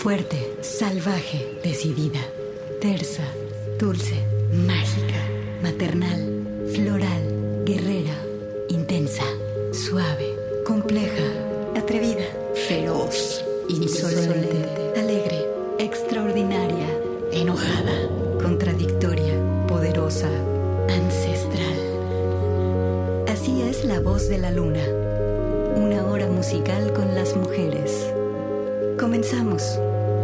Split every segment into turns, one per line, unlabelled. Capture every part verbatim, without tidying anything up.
Fuerte, salvaje, decidida, tersa, dulce, mágica, maternal, floral, guerrera, intensa, suave, compleja, atrevida, feroz, insolente, alegre, extraordinaria, enojada, contradictoria, poderosa, ancestral. Así es la voz de la luna. Una hora musical con las mujeres. Comenzamos.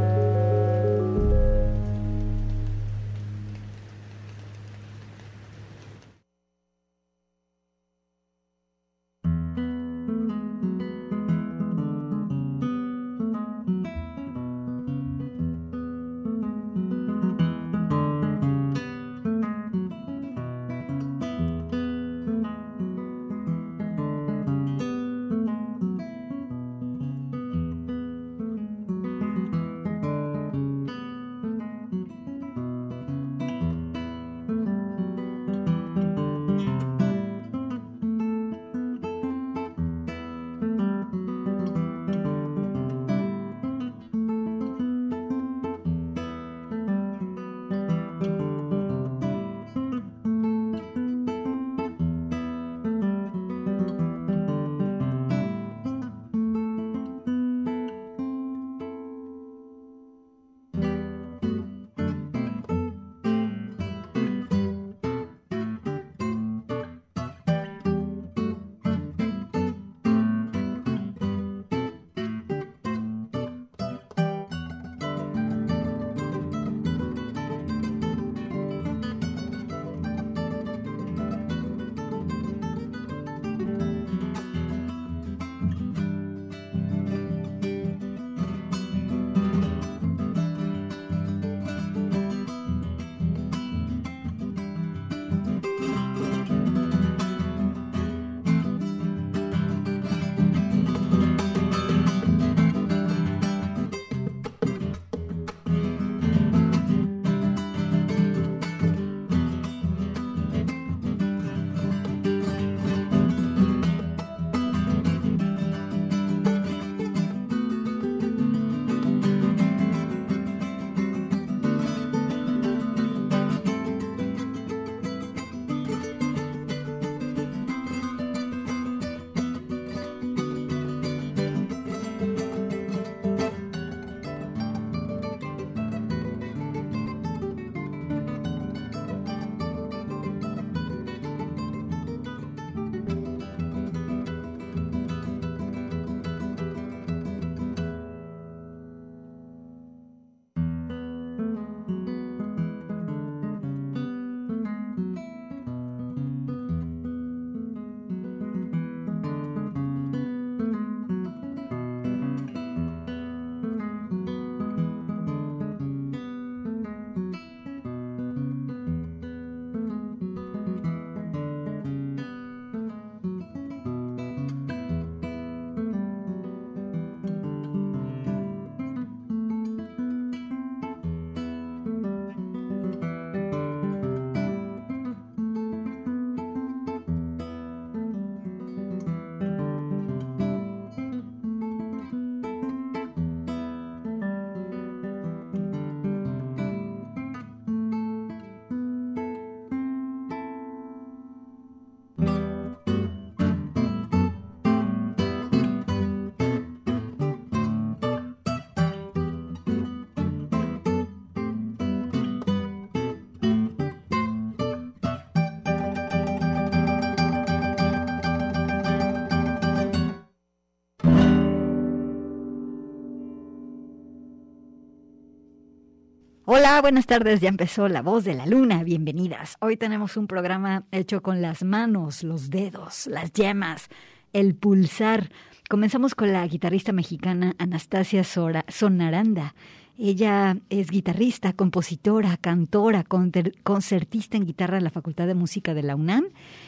Hola, buenas tardes, ya empezó La Voz de la Luna, bienvenidas. Hoy tenemos un programa hecho con las manos, los dedos, las yemas, el pulsar. Comenzamos con la guitarrista mexicana Anastasia Sora, Sonaranda. Ella es guitarrista, compositora, cantora, concertista en guitarra en la Facultad de Música de la UNAM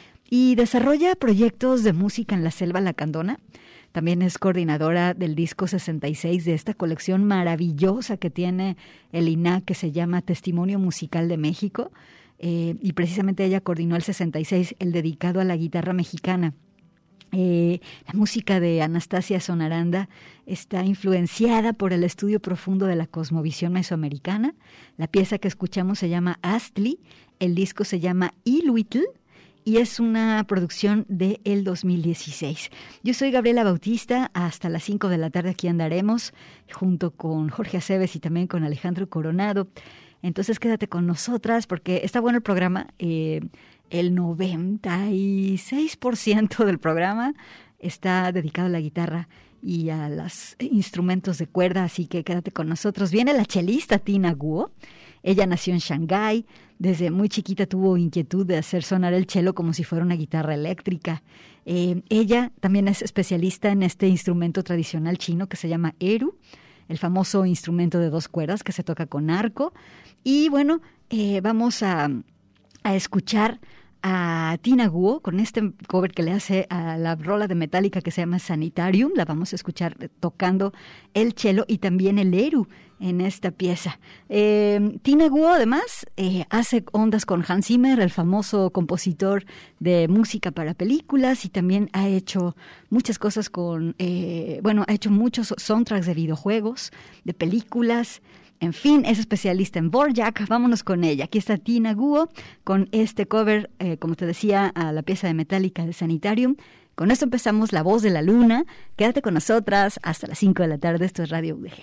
y desarrolla proyectos de música en la Selva Lacandona. También es coordinadora del disco sesenta y seis de esta colección maravillosa que tiene el I N A C, que se llama Testimonio Musical de México. Eh, y precisamente ella coordinó el sesenta y seis, el dedicado a la guitarra mexicana. Eh, la música de Anastasia Sonaranda está influenciada por el estudio profundo de la cosmovisión mesoamericana. La pieza que escuchamos se llama Astli, el disco se llama Iluitl y es una producción del dos mil dieciséis. Yo soy Gabriela Bautista, hasta las cinco de la tarde aquí andaremos, junto con Jorge Aceves y también con Alejandro Coronado. Entonces quédate con nosotras porque está bueno el programa. Eh, el noventa y seis por ciento del programa está dedicado a la guitarra y a los instrumentos de cuerda, así que quédate con nosotros. Viene la chelista Tina Guo. Ella nació en Shanghái. Desde muy chiquita tuvo inquietud de hacer sonar el cello como si fuera una guitarra eléctrica. Eh, ella también es especialista en este instrumento tradicional chino que se llama eru, el famoso instrumento de dos cuerdas que se toca con arco. Y bueno, eh, vamos a, a escuchar a Tina Guo con este cover que le hace a la rola de Metallica que se llama Sanitarium. La vamos a escuchar tocando el cello y también el eru en esta pieza. Eh, Tina Guo además eh, hace ondas con Hans Zimmer, el famoso compositor de música para películas, y también ha hecho muchas cosas con, eh, bueno, ha hecho muchos soundtracks de videojuegos, de películas. En fin, es especialista en Borjak. Vámonos con ella. Aquí está Tina Guo con este cover, eh, como te decía, a la pieza de Metallica de Sanitarium. Con esto empezamos La Voz de la Luna. Quédate con nosotras hasta las cinco de la tarde. Esto es Radio U D G.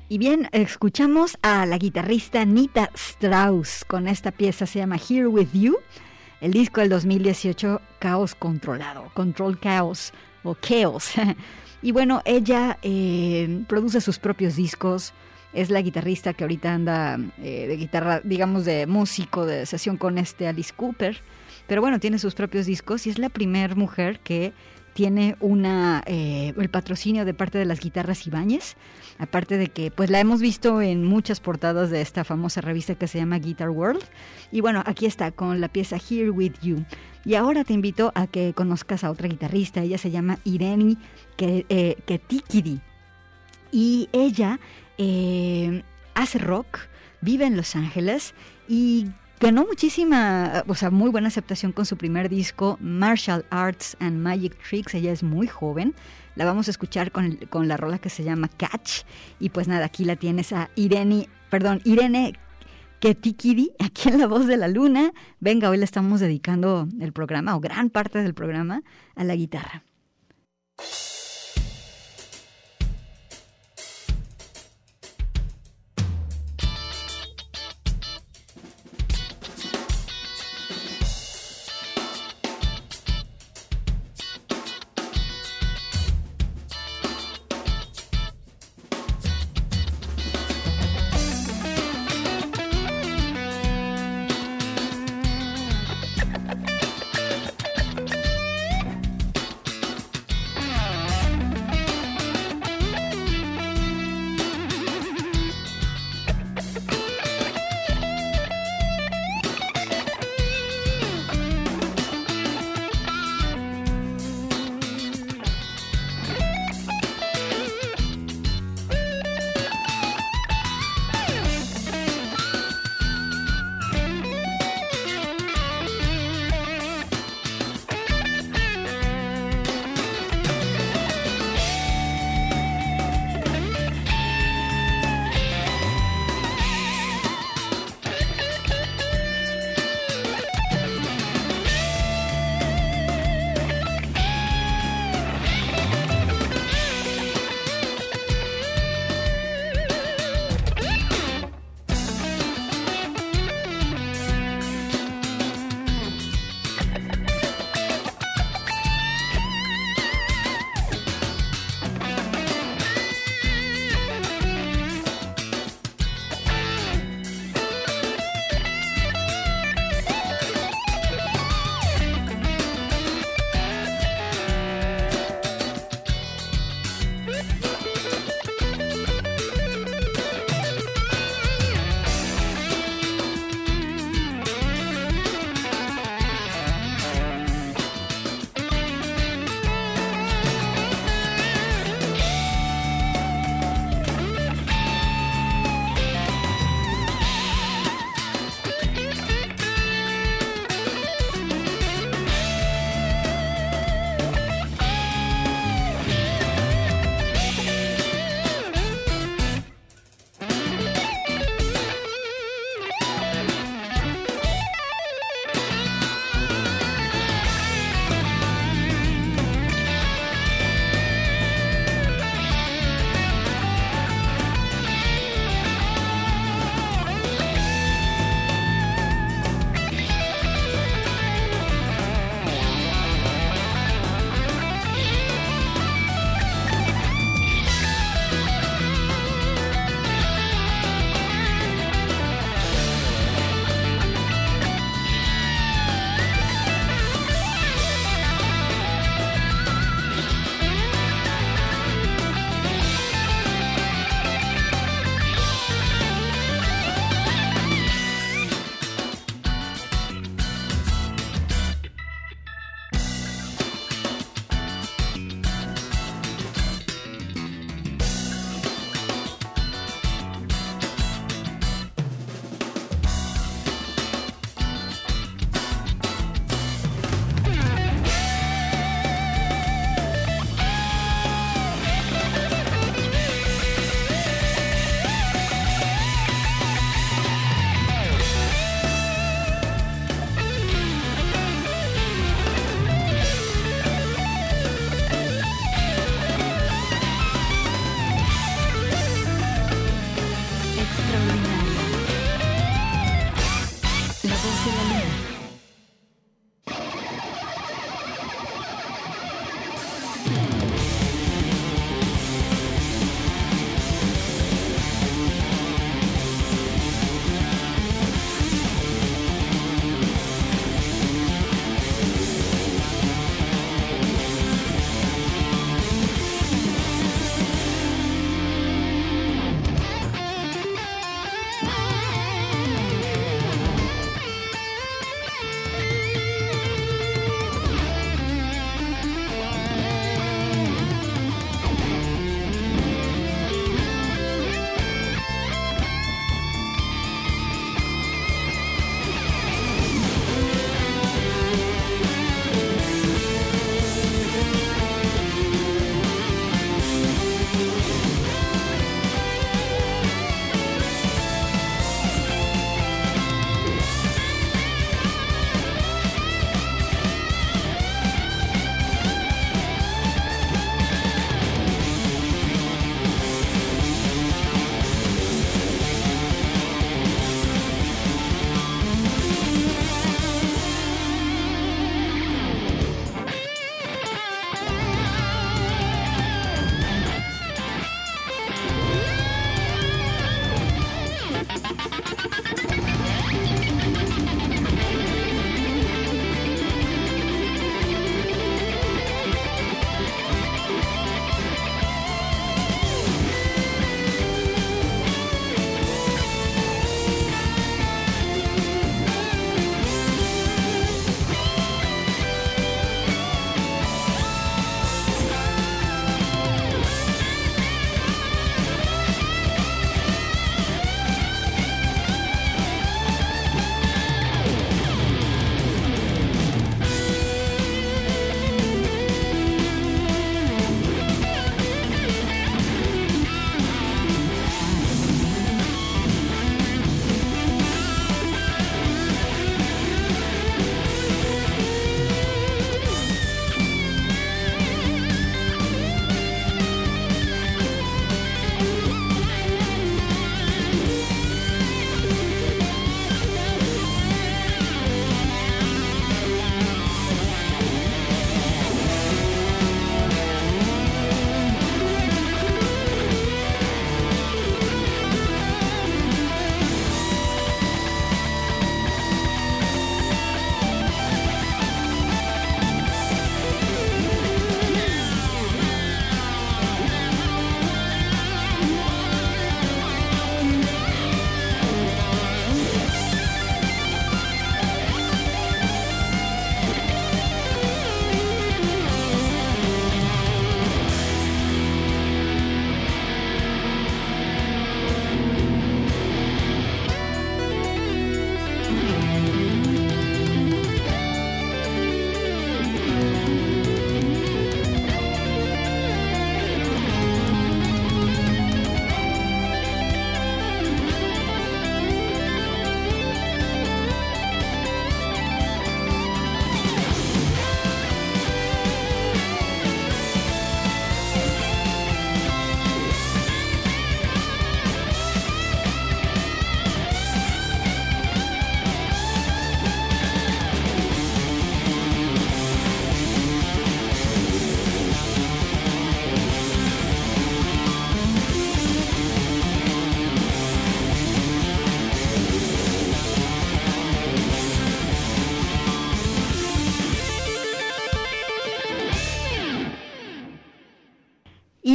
Y bien, escuchamos a la guitarrista Nita Strauss con esta pieza, se llama Here With You, el disco del dos mil dieciocho, Caos Controlado, Control Chaos o Chaos. Y bueno, ella eh, produce sus propios discos, es la guitarrista que ahorita anda eh, de guitarra, digamos de músico de sesión con este Alice Cooper, pero bueno, tiene sus propios discos y es la primera mujer que tiene una eh, el patrocinio de parte de las Guitarras Ibáñez, aparte de que pues la hemos visto en muchas portadas de esta famosa revista que se llama Guitar World. Y bueno, aquí está con la pieza Here With You. Y ahora te invito a que conozcas a otra guitarrista, ella se llama Irene Ketikidi. Y ella eh, hace rock, vive en Los Ángeles y ganó muchísima, o sea, muy buena aceptación con su primer disco, Martial Arts and Magic Tricks. Ella es muy joven. La vamos a escuchar con, el, con la rola que se llama Catch. Y pues nada, aquí la tienes a Irene, perdón, Irene Ketikidi, aquí en La Voz de la Luna. Venga, hoy le estamos dedicando el programa, o gran parte del programa, a la guitarra.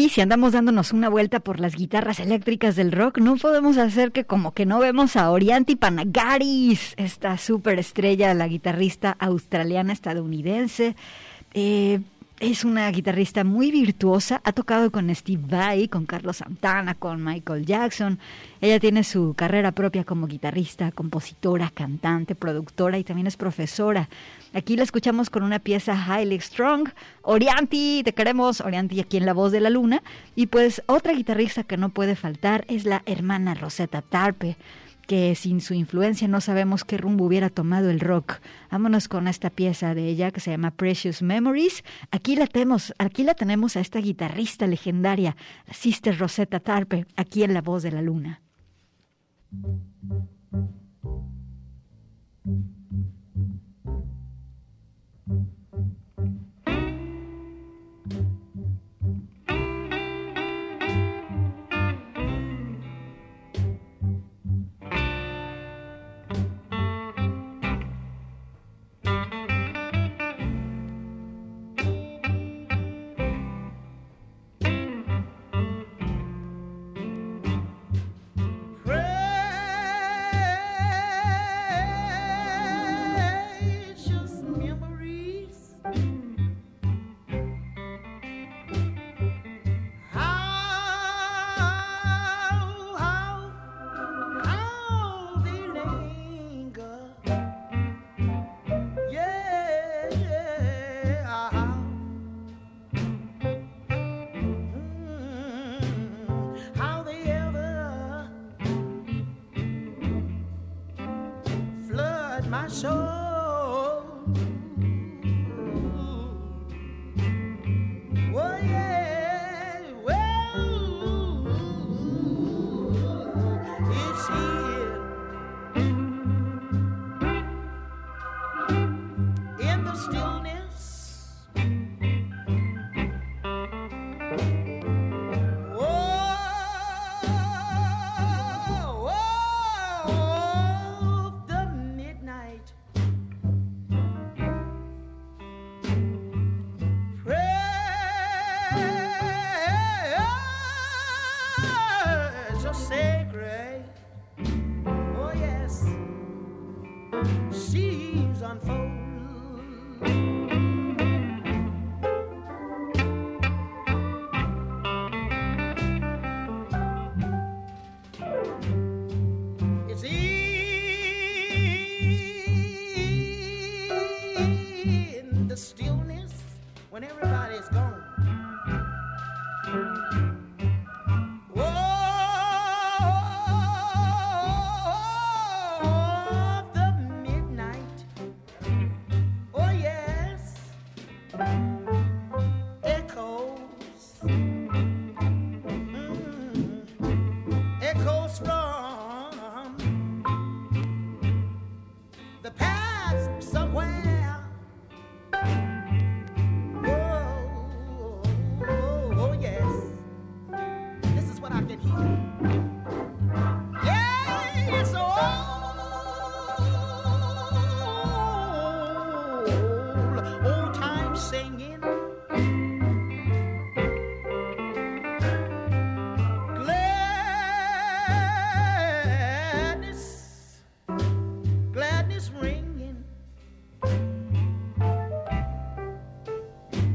sí, si andamos dándonos una vuelta por las guitarras eléctricas del rock, no podemos hacer que como que no vemos a Orianthi Panagaris, esta superestrella, la guitarrista australiana estadounidense. Eh, es una guitarrista muy virtuosa, ha tocado con Steve Vai, con Carlos Santana, con Michael Jackson. Ella tiene su carrera propia como guitarrista, compositora, cantante, productora y también es profesora. Aquí la escuchamos con una pieza Highly Strong. Orianthi, te queremos, Orianthi aquí en La Voz de la Luna. Y pues otra guitarrista que no puede faltar es la hermana Rosetta Tharpe, que sin su influencia no sabemos qué rumbo hubiera tomado el rock. Vámonos con esta pieza de ella que se llama Precious Memories. Aquí la tenemos, aquí la tenemos a esta guitarrista legendaria, la Sister Rosetta Tharpe, aquí en La Voz de la Luna.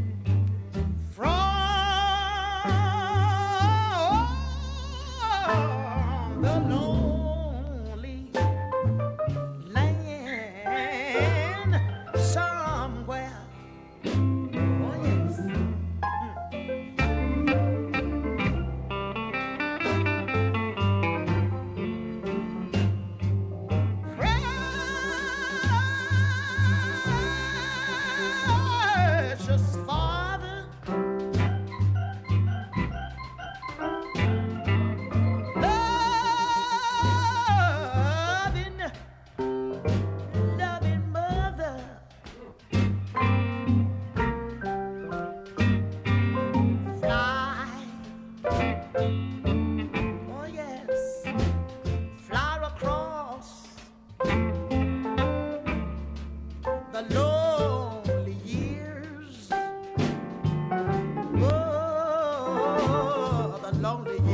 From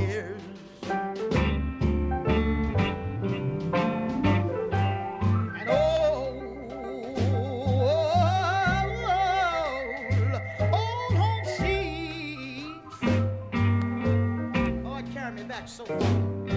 years. And old, old home sees. Oh, it carried me back so far.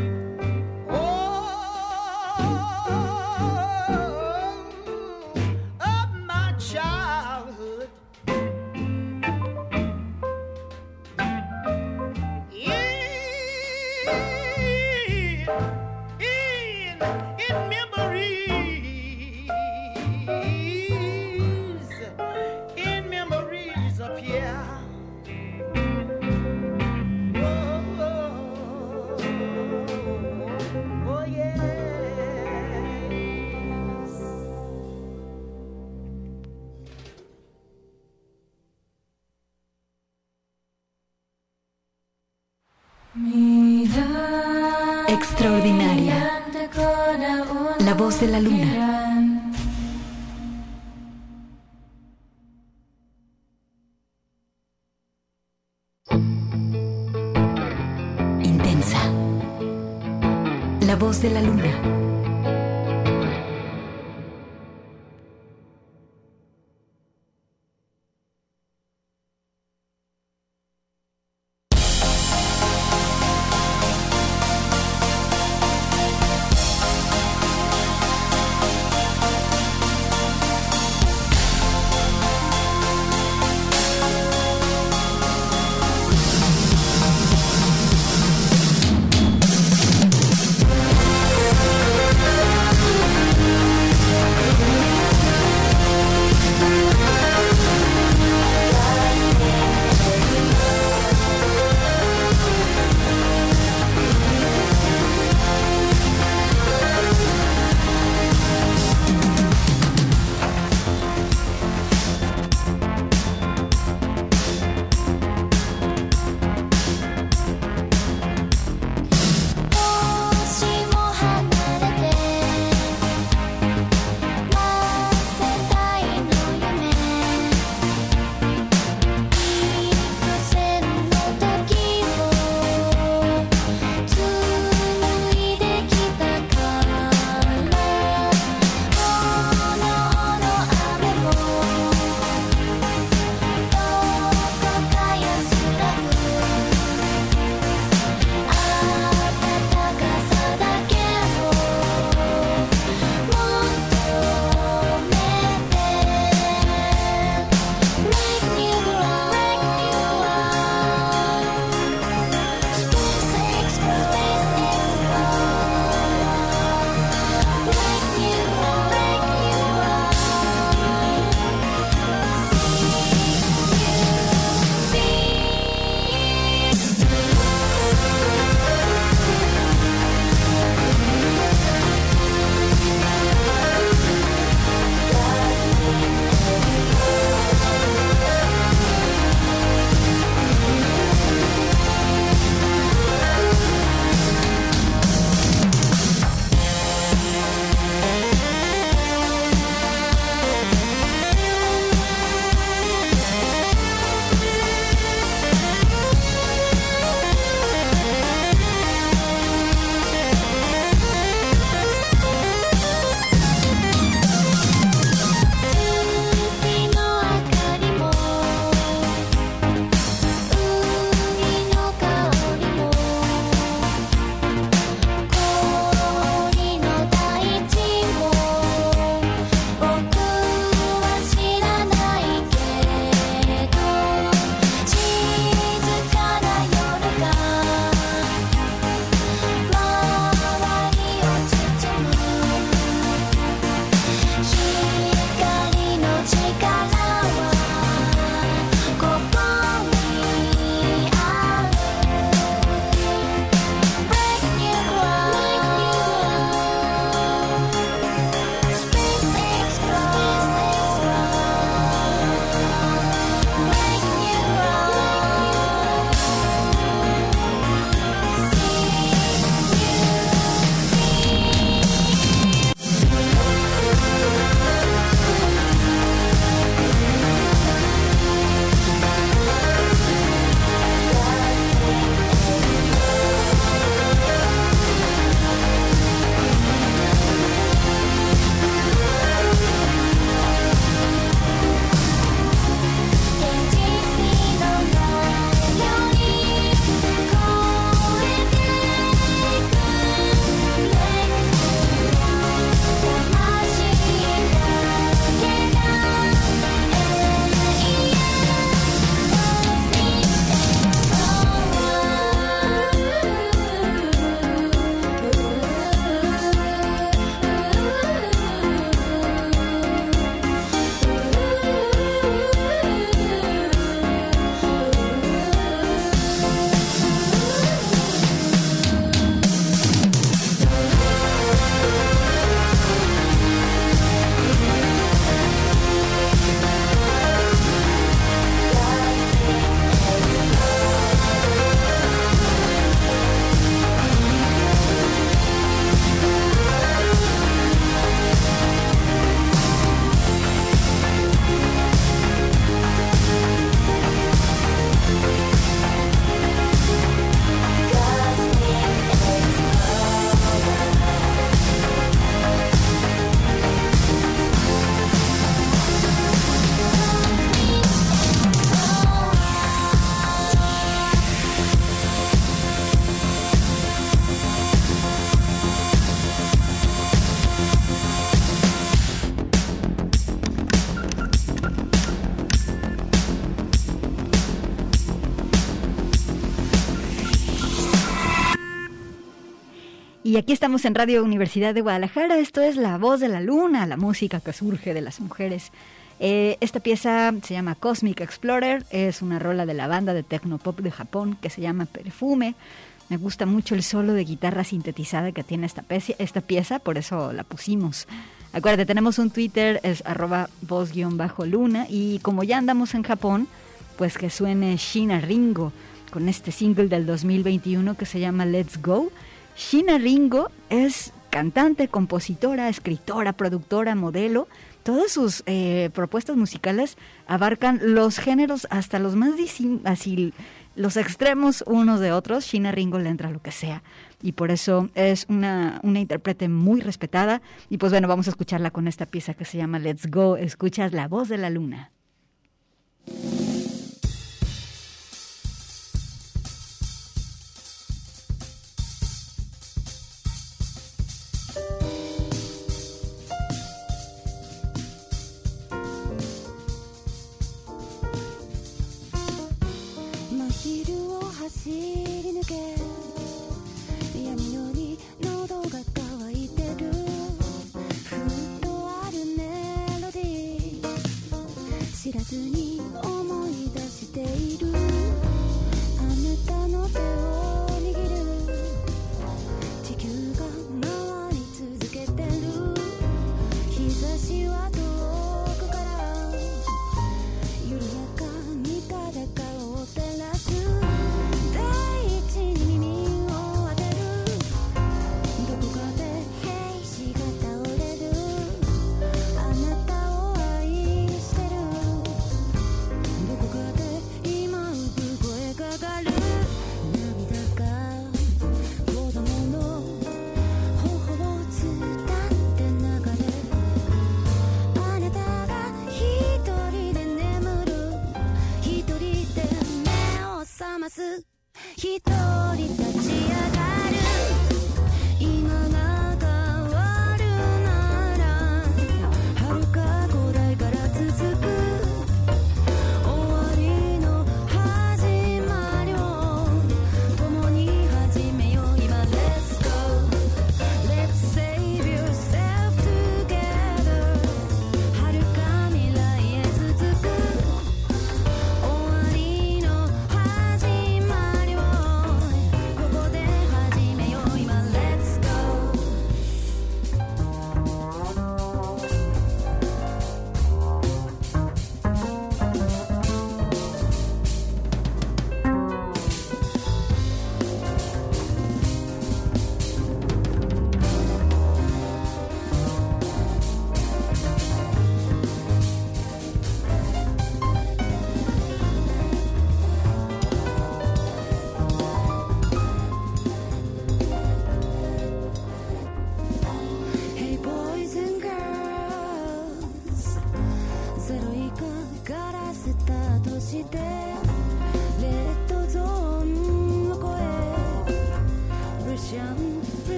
Extraordinaria. La voz de la luna. Intensa. La voz de la luna.
Y aquí estamos en Radio Universidad de Guadalajara. Esto es La Voz de la Luna, la música que surge de las mujeres. Eh, esta pieza se llama Cosmic Explorer, es una rola de la banda de Tecnopop de Japón que se llama Perfume. Me gusta mucho el solo de guitarra sintetizada que tiene esta, pecie, esta pieza, por eso la pusimos. Acuérdate, tenemos un Twitter, es arroba voz-luna, y como ya andamos en Japón, pues que suene Shina Ringo con este single del dos mil veintiuno que se llama Let's Go. Shina Ringo es cantante, compositora, escritora, productora, modelo. Todas sus eh, propuestas musicales abarcan los géneros hasta los más disim- así, los extremos unos de otros. Shina Ringo le entra a lo que sea y por eso es una, una intérprete muy respetada. Y pues bueno, vamos a escucharla con esta pieza que se llama Let's Go. Escuchas La Voz de la Luna.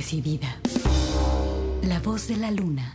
decidida. La voz de la luna.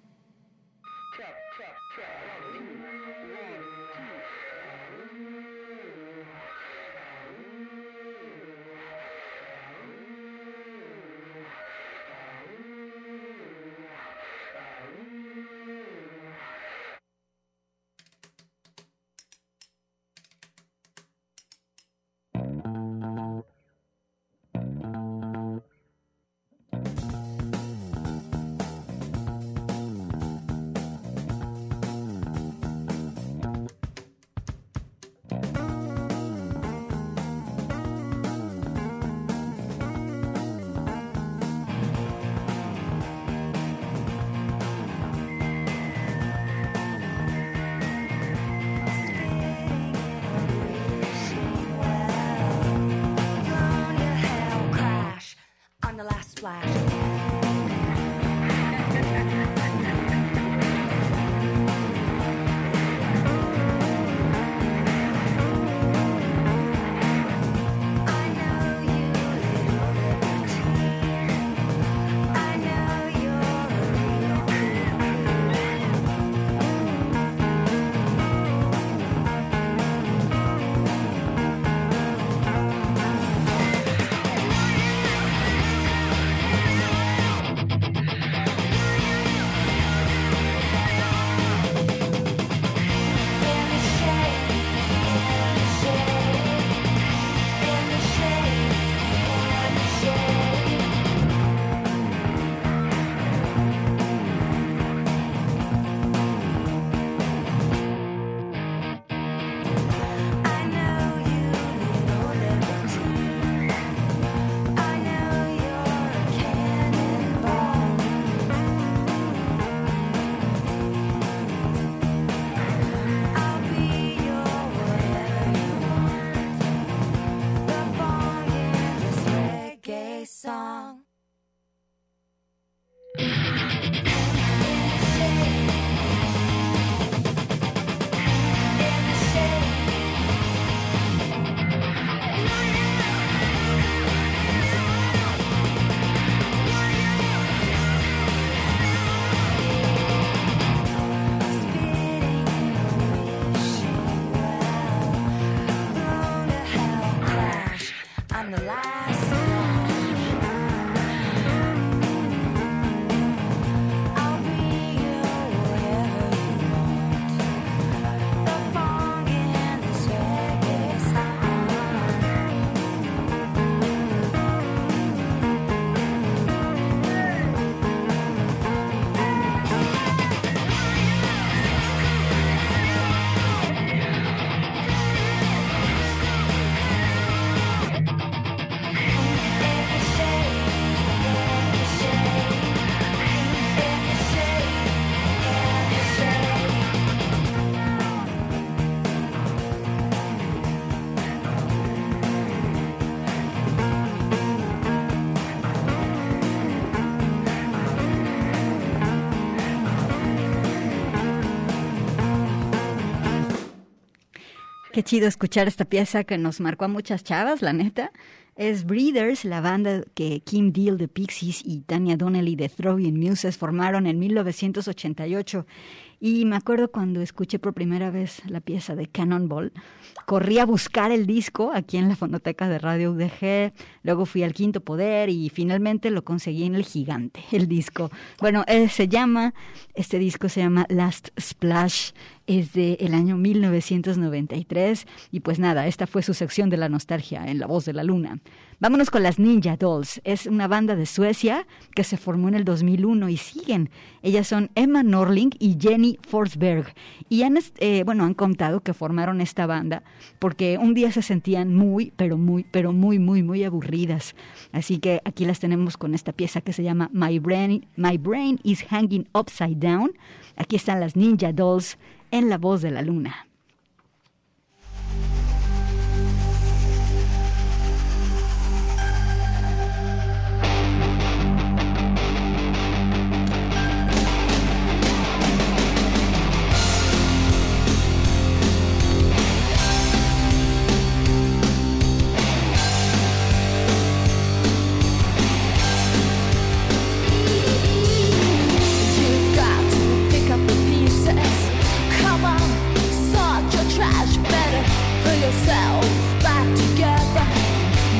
Qué chido escuchar esta pieza que nos marcó a muchas chavas, la neta. Es Breeders, la banda que Kim Deal de Pixies y Tanya Donnelly de Throwing Muses formaron en mil novecientos ochenta y ocho. Y me acuerdo cuando escuché por primera vez la pieza de Cannonball, corrí a buscar el disco aquí en la fonoteca de Radio U D G, luego fui al Quinto Poder y finalmente lo conseguí en El Gigante, el disco. Bueno, eh, se llama, este disco se llama Last Splash, es del año mil novecientos noventa y tres y pues nada, esta fue su sección de la nostalgia en La Voz de la Luna. Vámonos con las Ninja Dolls. Es una banda de Suecia que se formó en el dos mil uno y siguen. Ellas son Emma Norling y Jenny Forsberg. Y han, eh, bueno, han contado que formaron esta banda porque un día se sentían muy, pero muy, pero muy, muy, muy aburridas. Así que aquí las tenemos con esta pieza que se llama My Brain, My Brain is Hanging Upside Down. Aquí están las Ninja Dolls en La Voz de la Luna.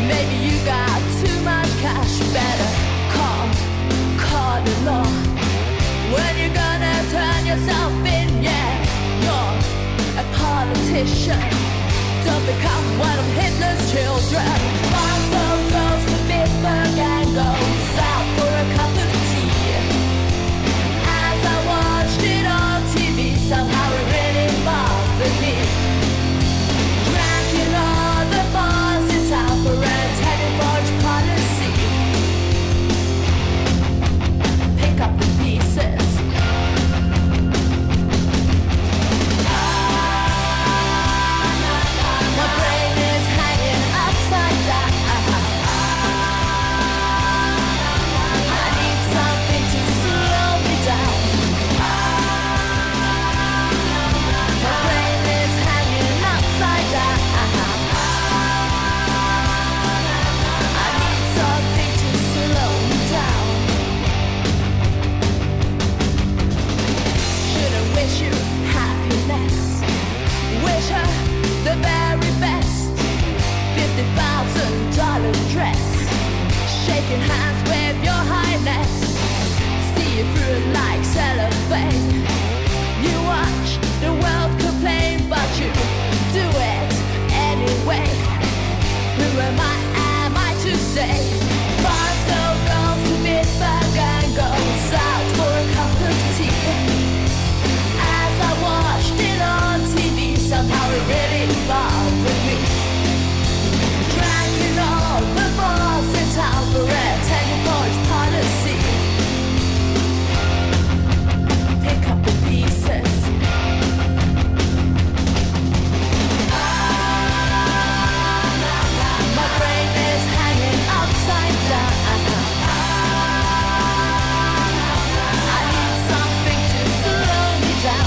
Maybe you got too much cash. Better call, call the law. When you're gonna turn yourself in, yeah, you're a politician. Don't become one of Hitler's children. Bonzo goes to Pittsburgh and goes out for a cup of tea. As I watched it on T V, somehow it really bothered me. Drank in all the bars in town for a Teddy Forge policy. Pick up the pieces. My brain is hanging upside down. I need something to slow me down. My brain is hanging upside down. I need something to slow me down. Shouldn't wish you happiness. Wish her the very best. Fifty thousand dollar dress. Shaking hands with your highness. See you through like cellophane. You watch the world complain, but you do it anyway. Who am I, am I to say? Barstow goes to Pittsburgh and goes out for a cup of tea. As I watched it on T V, somehow it really bothered me. Drank in all the bars in town for a Teddy Forge policy. Pick up the pieces. My brain is hanging upside down. I need something to slow me down.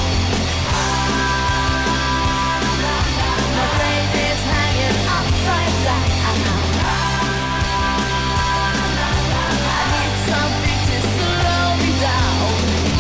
My brain is hanging upside down. I need something to slow me down.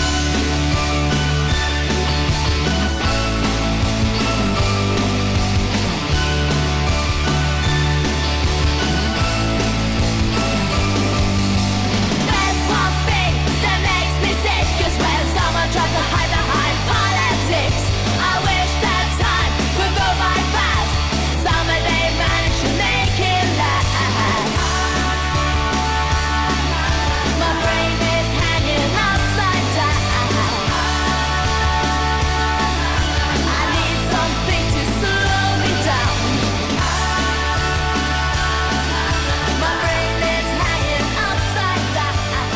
There's one thing that makes me sick is when someone tries to hide behind politics. I wish that time could go by fast. Someday they manage to make it last. My brain is hanging upside down. I need something to slow me down. My brain is hanging upside down.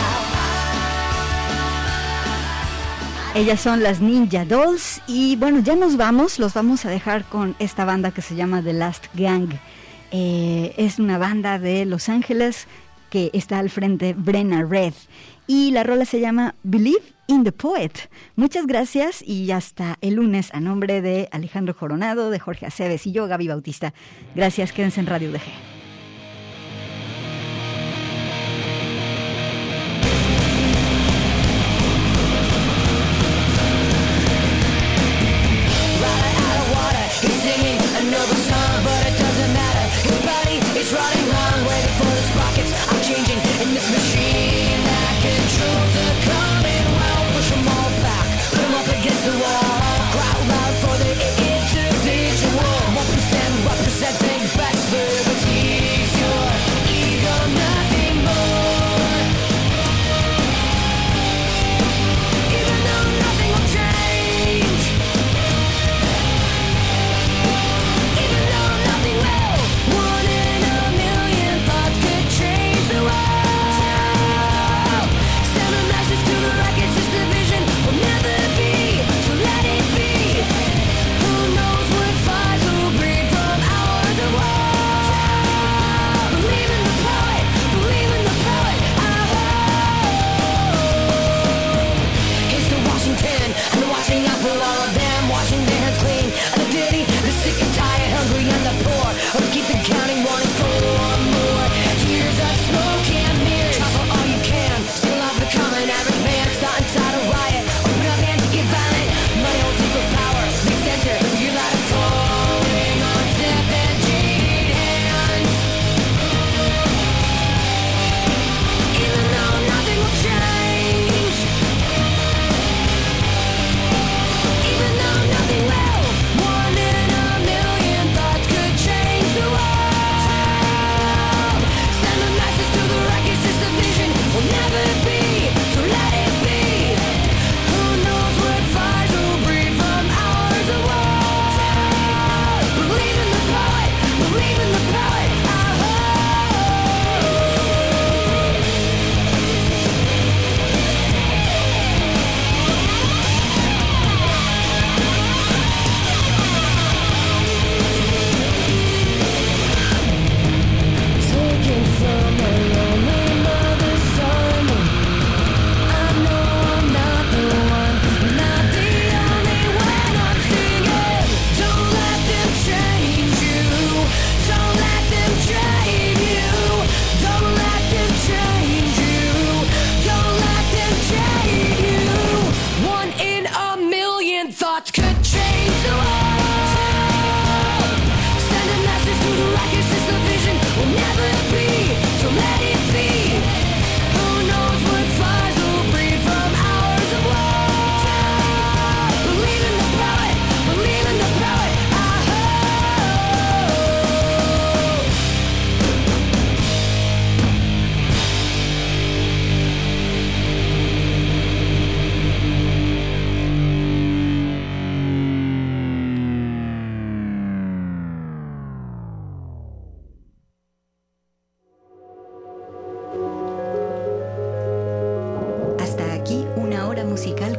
Ellas son las Ninja Dolls y bueno, ya nos vamos, los vamos a dejar con esta banda que se llama The Last Gang. Eh, es una banda de Los Ángeles que está al frente Brenna Red y la rola se llama Believe in the Poet. Muchas gracias y hasta el lunes a nombre de Alejandro Coronado, de Jorge Aceves y yo, Gaby Bautista. Gracias, quédense en Radio U D G.
Running out of water, he's singing another song, but it doesn't matter. His body is running long, waiting for the sprockets. I'm changing in this machine that controls the Commonwealth. Push them all back, put them up against the wall. Crowd loud for the individual. One percent representing best liberties. Your ego, nothing more. Even though nothing will change. Even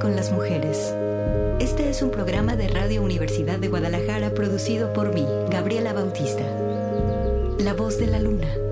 con las mujeres. Este es un programa de Radio Universidad de Guadalajara producido por mí, Gabriela Bautista. La voz de la luna.